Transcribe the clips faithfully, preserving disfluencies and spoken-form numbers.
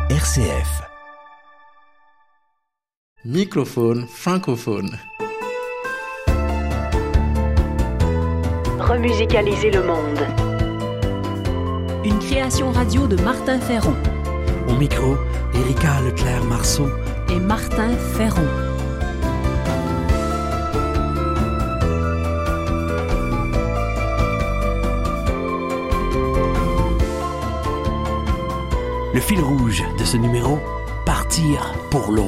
R C F. Microphone francophone. Remusicaliser le monde. Une création radio de Martin Ferron. Au micro, Erika Leclerc-Marceau et Martin Ferron. Le fil rouge de ce numéro, partir pour l'aube.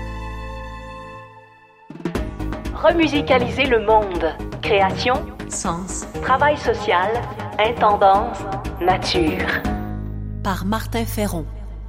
Remusicaliser le monde. Création, Sens, travail social, intendance, nature. Par Martin Ferron.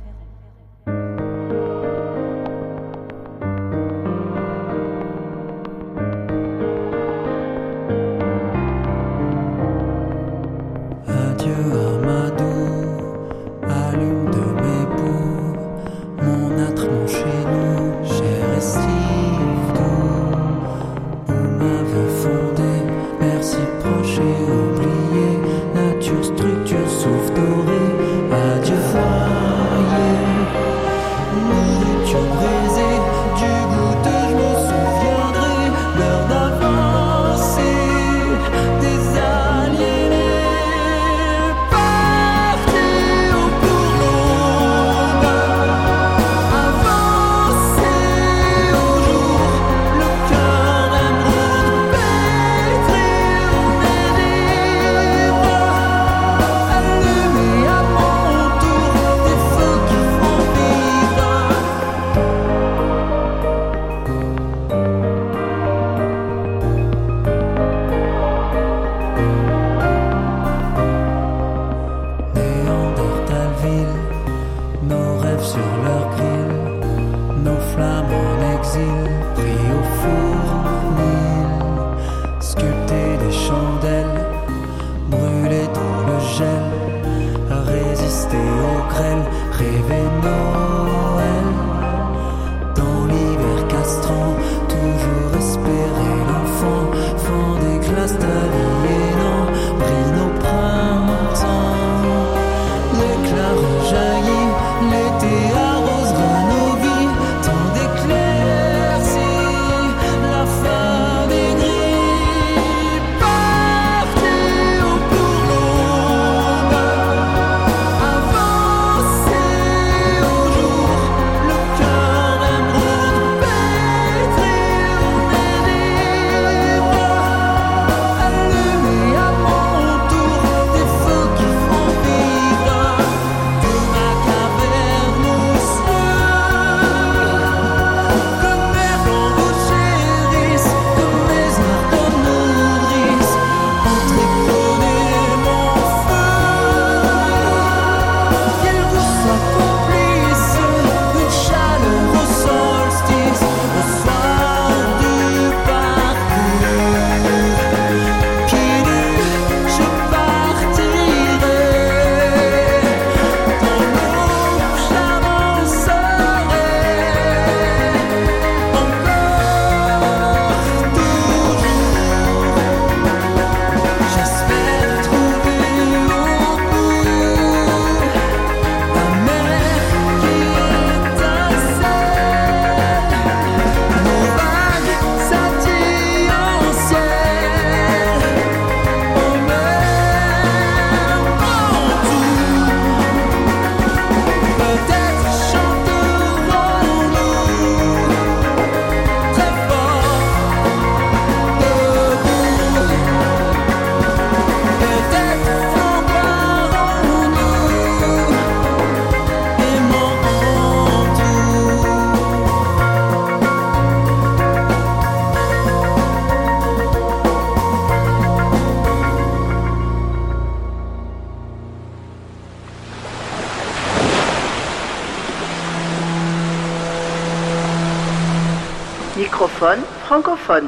Microphone francophone.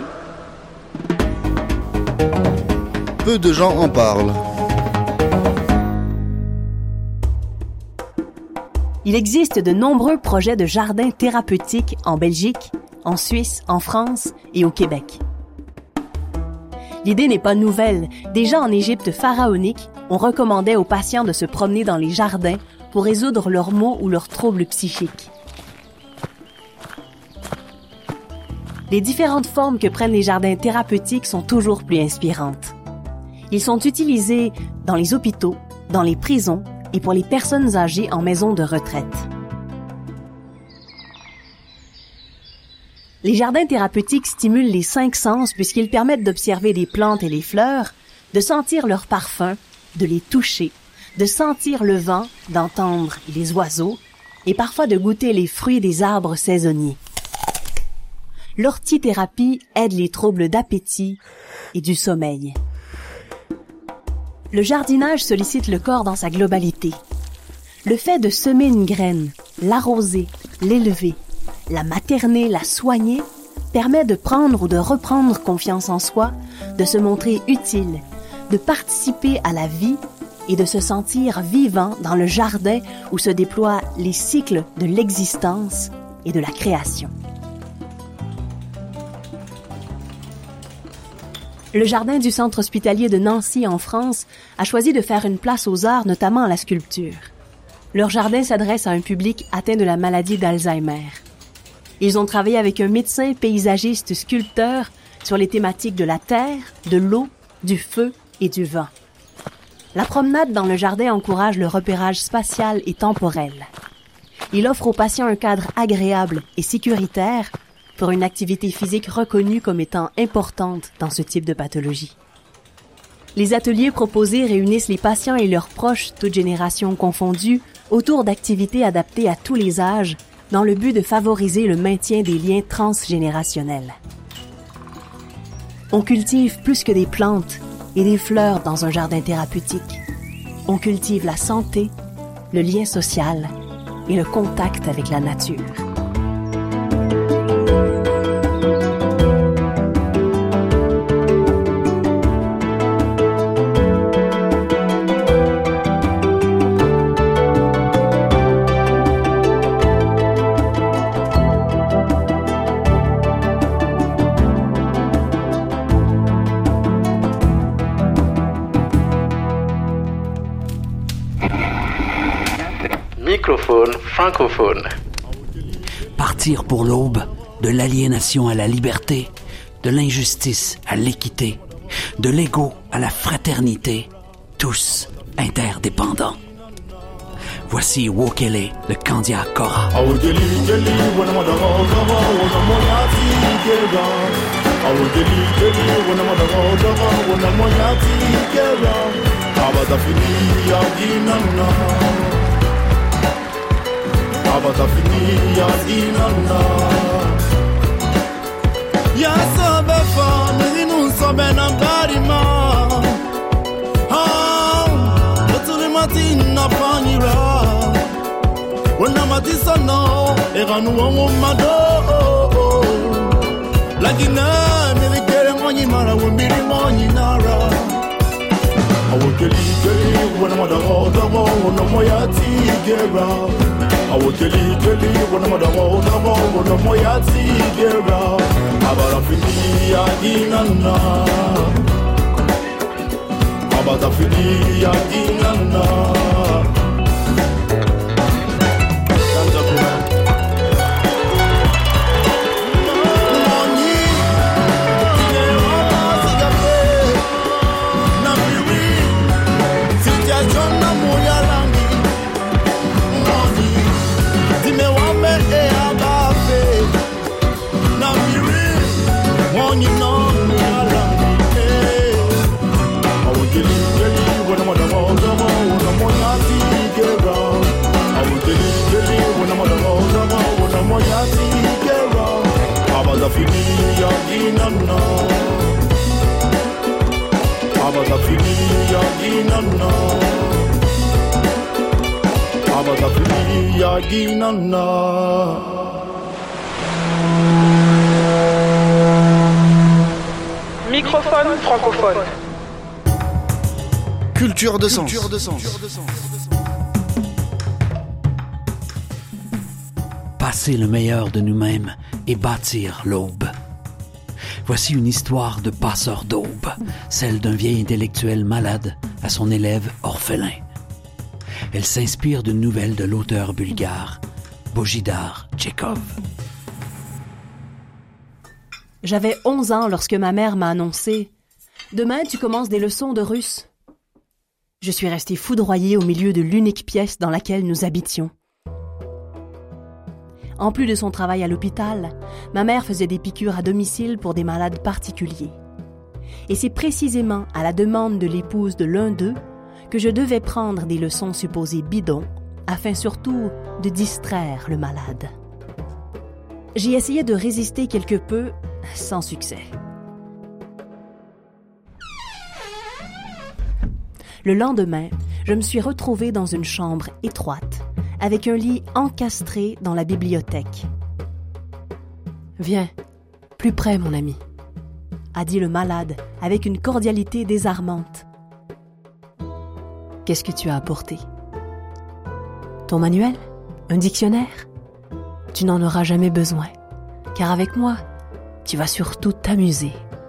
Peu de gens en parlent. Il existe de nombreux projets de jardins thérapeutiques en Belgique, en Suisse, en France et au Québec. L'idée n'est pas nouvelle. Déjà en Égypte pharaonique, on recommandait aux patients de se promener dans les jardins pour résoudre leurs maux ou leurs troubles psychiques. Les différentes formes que prennent les jardins thérapeutiques sont toujours plus inspirantes. Ils sont utilisés dans les hôpitaux, dans les prisons et pour les personnes âgées en maison de retraite. Les jardins thérapeutiques stimulent les cinq sens puisqu'ils permettent d'observer les plantes et les fleurs, de sentir leur parfum, de les toucher, de sentir le vent, d'entendre les oiseaux et parfois de goûter les fruits des arbres saisonniers. L'ortithérapie aide les troubles d'appétit et du sommeil. Le jardinage sollicite le corps dans sa globalité. Le fait de semer une graine, l'arroser, l'élever, la materner, la soigner, permet de prendre ou de reprendre confiance en soi, de se montrer utile, de participer à la vie et de se sentir vivant dans le jardin où se déploient les cycles de l'existence et de la création. Le jardin du centre hospitalier de Nancy en France a choisi de faire une place aux arts, notamment à la sculpture. Leur jardin s'adresse à un public atteint de la maladie d'Alzheimer. Ils ont travaillé avec un médecin paysagiste sculpteur sur les thématiques de la terre, de l'eau, du feu et du vent. La promenade dans le jardin encourage le repérage spatial et temporel. Il offre aux patients un cadre agréable et sécuritaire pour une activité physique reconnue comme étant importante dans ce type de pathologie. Les ateliers proposés réunissent les patients et leurs proches, toutes générations confondues, autour d'activités adaptées à tous les âges, dans le but de favoriser le maintien des liens transgénérationnels. On cultive plus que des plantes et des fleurs dans un jardin thérapeutique. On cultive la santé, le lien social et le contact avec la nature. Microphone francophone. Partir pour l'aube, de l'aliénation à la liberté, de l'injustice à l'équité, de l'ego à la fraternité, tous interdépendants. Voici Wokele, le Kandia Kora. Abatafinia dinana ya sabe fa minu sabe na barima ah otuli matina panira wona matisa no eranu wongo mado lagina milikere monyi mara wombiri monyi nara awokeli keli wona madago dago wona moyati gera awokeli keli wona madago dago wona moyati gera abara fini ya dinana abata fini ya dinana Abatafinia dinana Abatafinia dinana Abatafinia dinana Microphone francophone. Culture de sens. Culture de sens. Passer le meilleur de nous-mêmes et bâtir l'aube. Voici une histoire de passeur d'aube, celle d'un vieil intellectuel malade à son élève orphelin. Elle s'inspire d'une nouvelle de l'auteur bulgare Bojidar Tchekhov. J'avais onze ans lorsque ma mère m'a annoncé « Demain, tu commences des leçons de russe. » Je suis restée foudroyée au milieu de l'unique pièce dans laquelle nous habitions. En plus de son travail à l'hôpital, ma mère faisait des piqûres à domicile pour des malades particuliers. Et c'est précisément à la demande de l'épouse de l'un d'eux que je devais prendre des leçons supposées bidons, afin surtout de distraire le malade. J'ai essayé de résister quelque peu, sans succès. Le lendemain, je me suis retrouvée dans une chambre étroite, avec un lit encastré dans la bibliothèque. « Viens, plus près, mon ami », a dit le malade avec une cordialité désarmante. « Qu'est-ce que tu as apporté ? Ton manuel ? Un dictionnaire ? Tu n'en auras jamais besoin, car avec moi, tu vas surtout t'amuser. »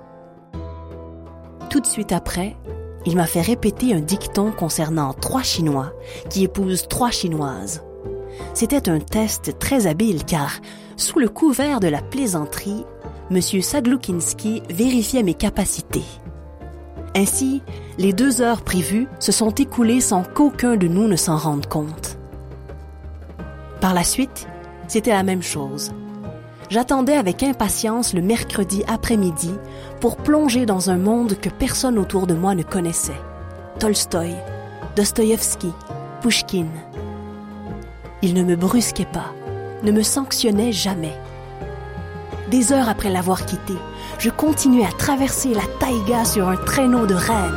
Tout de suite après, il m'a fait répéter un dicton concernant trois Chinois qui épousent trois Chinoises. C'était un test très habile car, sous le couvert de la plaisanterie, M. Sagloukinski vérifiait mes capacités. Ainsi, les deux heures prévues se sont écoulées sans qu'aucun de nous ne s'en rende compte. Par la suite, c'était la même chose. J'attendais avec impatience le mercredi après-midi pour plonger dans un monde que personne autour de moi ne connaissait. Tolstoï, Dostoïevski, Pouchkine. Il ne me brusquait pas, ne me sanctionnait jamais. Des heures après l'avoir quitté, je continuais à traverser la taïga sur un traîneau de reine.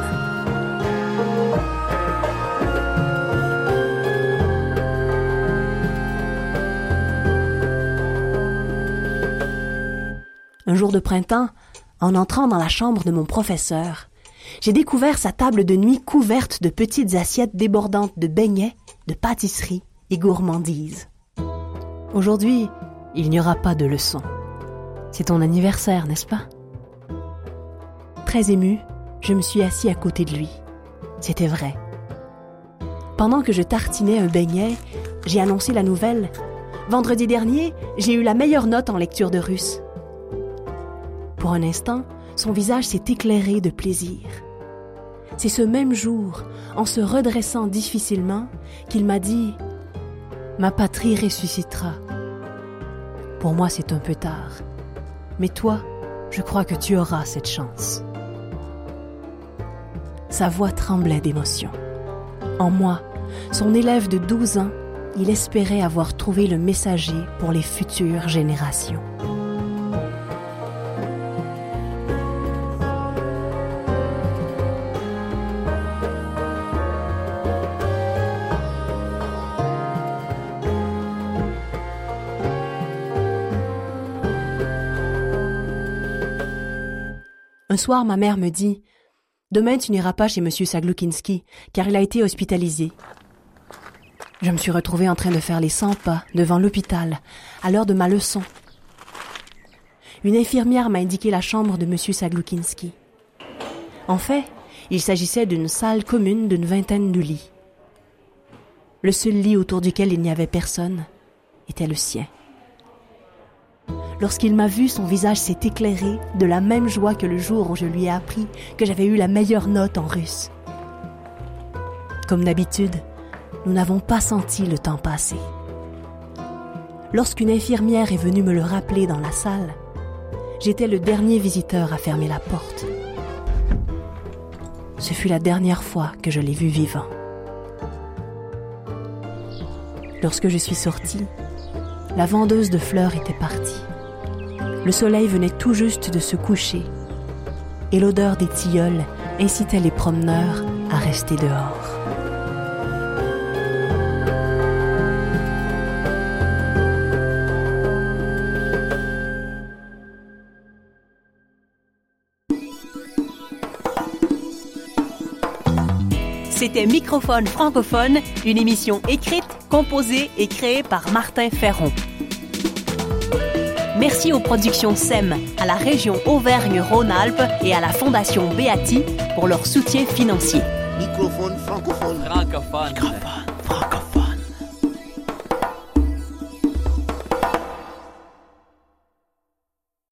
Un jour de printemps, en entrant dans la chambre de mon professeur, j'ai découvert sa table de nuit couverte de petites assiettes débordantes de beignets, de pâtisseries et gourmandises. Aujourd'hui, il n'y aura pas de leçon. C'est ton anniversaire, n'est-ce pas? Très ému, je me suis assis à côté de lui. C'était vrai. Pendant que je tartinais un beignet, j'ai annoncé la nouvelle. Vendredi dernier, j'ai eu la meilleure note en lecture de russe. Pour un instant, son visage s'est éclairé de plaisir. C'est ce même jour, en se redressant difficilement, qu'il m'a dit « Ma patrie ressuscitera. Pour moi, c'est un peu tard. Mais toi, je crois que tu auras cette chance. » Sa voix tremblait d'émotion. En moi, son élève de douze ans, il espérait avoir trouvé le messager pour les futures générations. Un soir, ma mère me dit « Demain, tu n'iras pas chez M. Sagloukinski, car il a été hospitalisé. » Je me suis retrouvée en train de faire les cent pas devant l'hôpital, à l'heure de ma leçon. Une infirmière m'a indiqué la chambre de M. Sagloukinski. En fait, il s'agissait d'une salle commune d'une vingtaine de lits. Le seul lit autour duquel il n'y avait personne était le sien. Lorsqu'il m'a vu, son visage s'est éclairé de la même joie que le jour où je lui ai appris que j'avais eu la meilleure note en russe. Comme d'habitude, nous n'avons pas senti le temps passer. Lorsqu'une infirmière est venue me le rappeler dans la salle, j'étais le dernier visiteur à fermer la porte. Ce fut la dernière fois que je l'ai vu vivant. Lorsque je suis sortie, la vendeuse de fleurs était partie. Le soleil venait tout juste de se coucher et l'odeur des tilleuls incitait les promeneurs à rester dehors. C'était Microphone francophone, une émission écrite, composée et créée par Martin Ferron. Merci aux productions S E M, à la région Auvergne-Rhône-Alpes et à la Fondation Beati pour leur soutien financier. Microphone francophone. Francophone. Microphone.